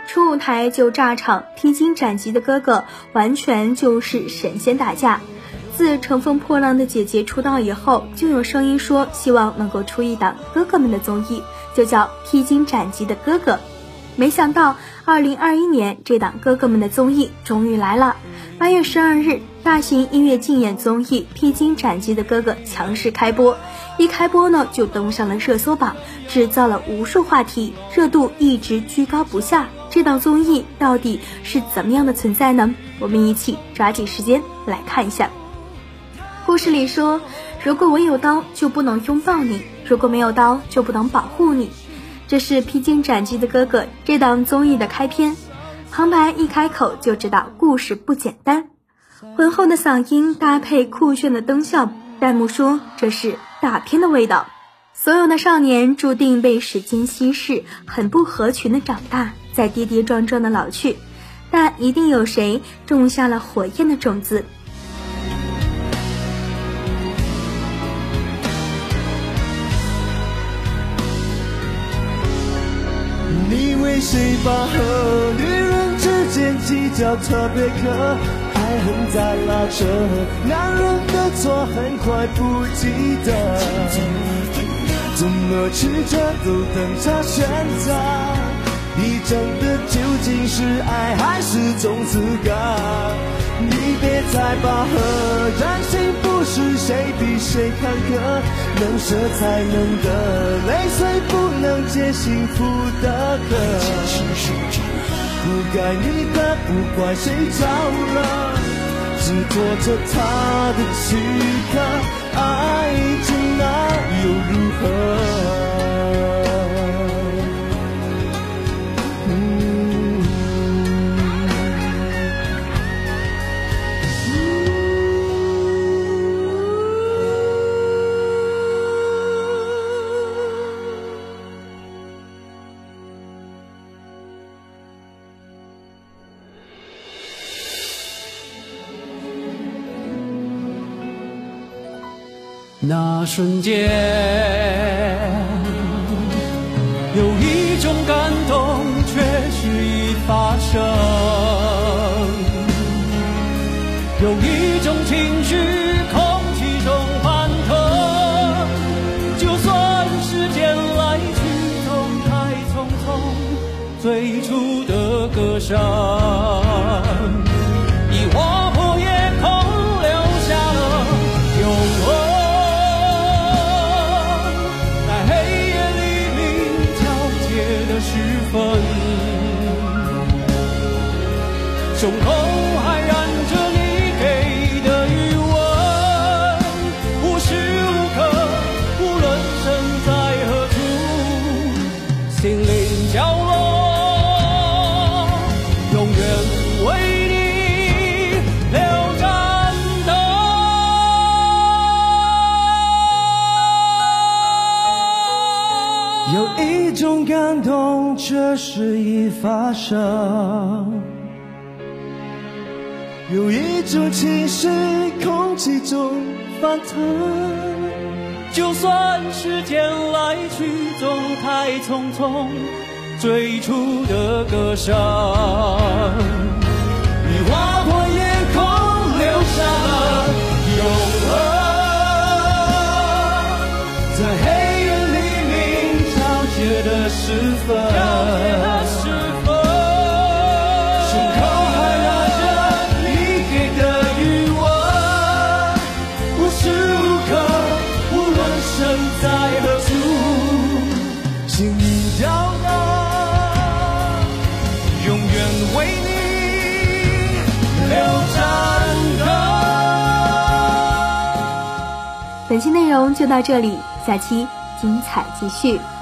初舞台就炸场，披荆斩棘的哥哥完全就是神仙打架。自乘风破浪的姐姐出道以后，就有声音说希望能够出一档哥哥们的综艺，就叫披荆斩棘的哥哥。没想到2021年这档哥哥们的综艺终于来了。8月12日，大型音乐竞演综艺披荆斩棘的哥哥强势开播，一开播呢就登上了热搜榜，制造了无数话题，热度一直居高不下。这档综艺到底是怎么样的存在呢？我们一起抓紧时间来看一下。故事里说，如果我有刀就不能拥抱你，如果没有刀就不能保护你。这是披荆斩棘的哥哥这档综艺的开篇，旁白一开口就知道故事不简单。浑厚的嗓音搭配酷炫的灯效，弹幕说这是大片的味道。所有的少年注定被时间稀释，很不合群的长大，再跌跌撞撞的老去，但一定有谁种下了火焰的种子。 你为谁把和女人之间计较特别苛，爱恨在拉扯，男人的错很快不记得，怎么曲折都等着选择，你真的究竟是爱还是种资格？你别再把和人心不是谁比谁坎坷，能舍才能得，泪水不能解幸福的渴，不该你的不怪谁着了，只拖着他的躯壳，爱情那又如何？ 那瞬间有一种感动却是已发生，有一种情绪空气中翻腾，就算时间来去总太匆匆，最初的歌声已划破夜空，留下了永恒。胸口还燃着你给的余温，无时无刻，无论身在何处，心灵角落永远为你留战斗。 有一种感动确实已发生，有一种情绪空气中翻腾， 就算时间来去总太匆匆，最初的歌声已划破夜空，留下了永恒。在黑夜黎明皎洁的时分， 本期内容就到这里，下期精彩继续。